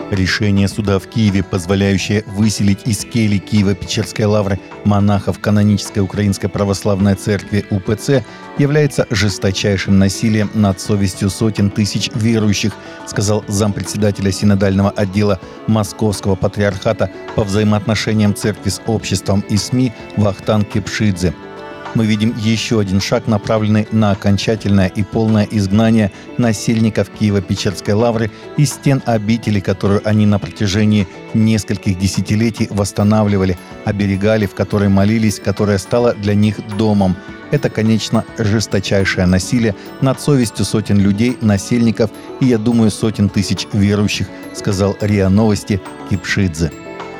Решение суда в Киеве, позволяющее выселить из келий Киево-Печерской лавры монахов канонической Украинской Православной Церкви УПЦ, является жесточайшим насилием над совестью сотен тысяч верующих, сказал зампредседателя синодального отдела Московского патриархата по взаимоотношениям церкви с обществом и СМИ Вахтанг Кипшидзе. Мы видим еще один шаг, направленный на окончательное и полное изгнание насельников Киево-Печерской лавры из стен обители, которую они на протяжении нескольких десятилетий восстанавливали, оберегали, в которой молились, которая стала для них домом. Это, конечно, жесточайшее насилие над совестью сотен людей, насельников и, я думаю, сотен тысяч верующих, сказал РИА Новости Кипшидзе.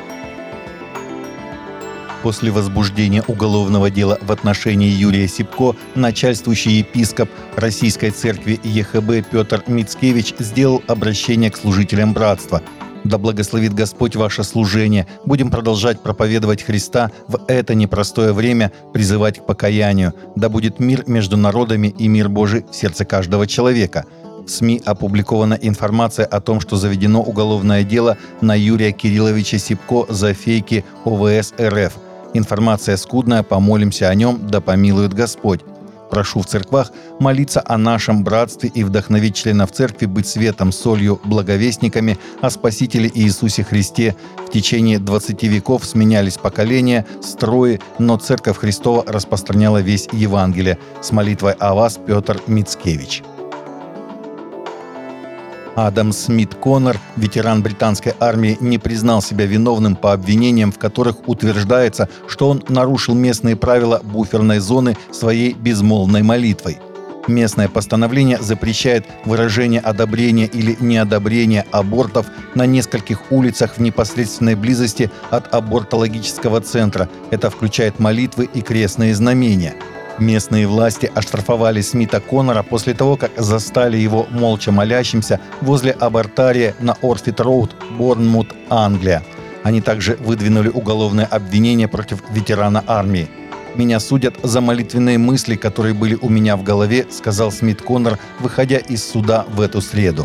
После возбуждения уголовного дела в отношении Юрия Сипко начальствующий епископ Российской Церкви ЕХБ Петр Мицкевич сделал обращение к служителям братства. «Да благословит Господь ваше служение. Будем продолжать проповедовать Христа в это непростое время, призывать к покаянию. Да будет мир между народами и мир Божий в сердце каждого человека». В СМИ опубликована информация о том, что заведено уголовное дело на Юрия Кирилловича Сипко за фейки ОВС РФ. Информация скудная, помолимся о нем, да помилует Господь. Прошу в церквах молиться о нашем братстве и вдохновить членов церкви быть светом, солью, благовестниками о Спасителе Иисусе Христе. В течение 20 веков сменялись поколения, строи, но Церковь Христова распространяла весь Евангелие. С молитвой о вас, Петр Мицкевич. Адам Смит Коннор, ветеран британской армии, не признал себя виновным по обвинениям, в которых утверждается, что он нарушил местные правила буферной зоны своей безмолвной молитвой. Местное постановление запрещает выражение одобрения или неодобрения абортов на нескольких улицах в непосредственной близости от абортологического центра. Это включает молитвы и крестные знамения. Местные власти оштрафовали Смита Коннора после того, как застали его молча молящимся возле абортария на Орфит-Роуд, Борнмут, Англия. Они также выдвинули уголовное обвинение против ветерана армии. «Меня судят за молитвенные мысли, которые были у меня в голове», сказал Смит Коннор, выходя из суда в эту среду.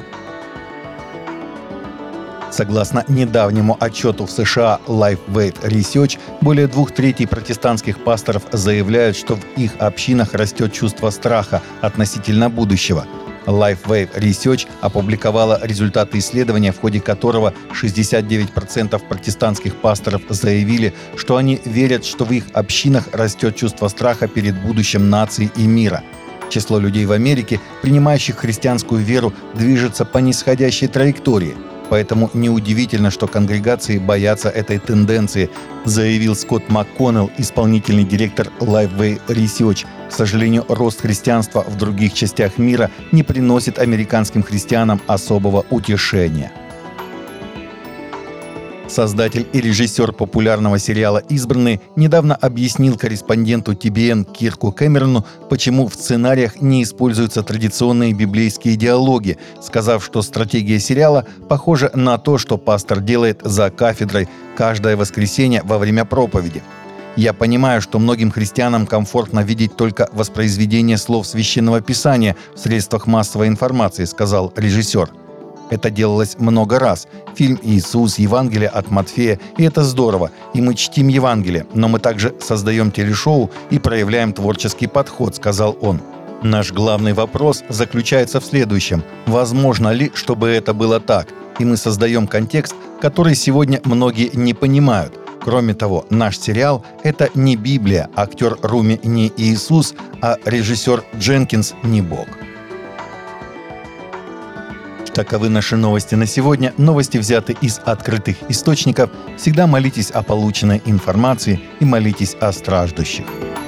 Согласно недавнему отчету в США LifeWave Research, более 2/3 протестантских пасторов заявляют, что в их общинах растет чувство страха относительно будущего. LifeWave Research опубликовала результаты исследования, в ходе которого 69% протестантских пасторов заявили, что они верят, что в их общинах растет чувство страха перед будущим наций и мира. Число людей в Америке, принимающих христианскую веру, движется по нисходящей траектории. Поэтому неудивительно, что конгрегации боятся этой тенденции, заявил Скотт МакКоннелл, исполнительный директор LifeWave Research. К сожалению, рост христианства в других частях мира не приносит американским христианам особого утешения. Создатель и режиссер популярного сериала «Избранные» недавно объяснил корреспонденту TBN Кирку Кэмерону, почему в сценариях не используются традиционные библейские диалоги, сказав, что стратегия сериала похожа на то, что пастор делает за кафедрой каждое воскресенье во время проповеди. «Я понимаю, что многим христианам комфортно видеть только воспроизведение слов Священного Писания в средствах массовой информации», сказал режиссер. Это делалось много раз. Фильм «Иисус», Евангелие от Матфея, и это здорово. И мы чтим Евангелие, но мы также создаем телешоу и проявляем творческий подход, сказал он. Наш главный вопрос заключается в следующем. Возможно ли, чтобы это было так? И мы создаем контекст, который сегодня многие не понимают. Кроме того, наш сериал – это не Библия, актер Руми не Иисус, а режиссер Дженкинс не Бог. Таковы наши новости на сегодня. Новости взяты из открытых источников. Всегда молитесь о полученной информации и молитесь о страждущих.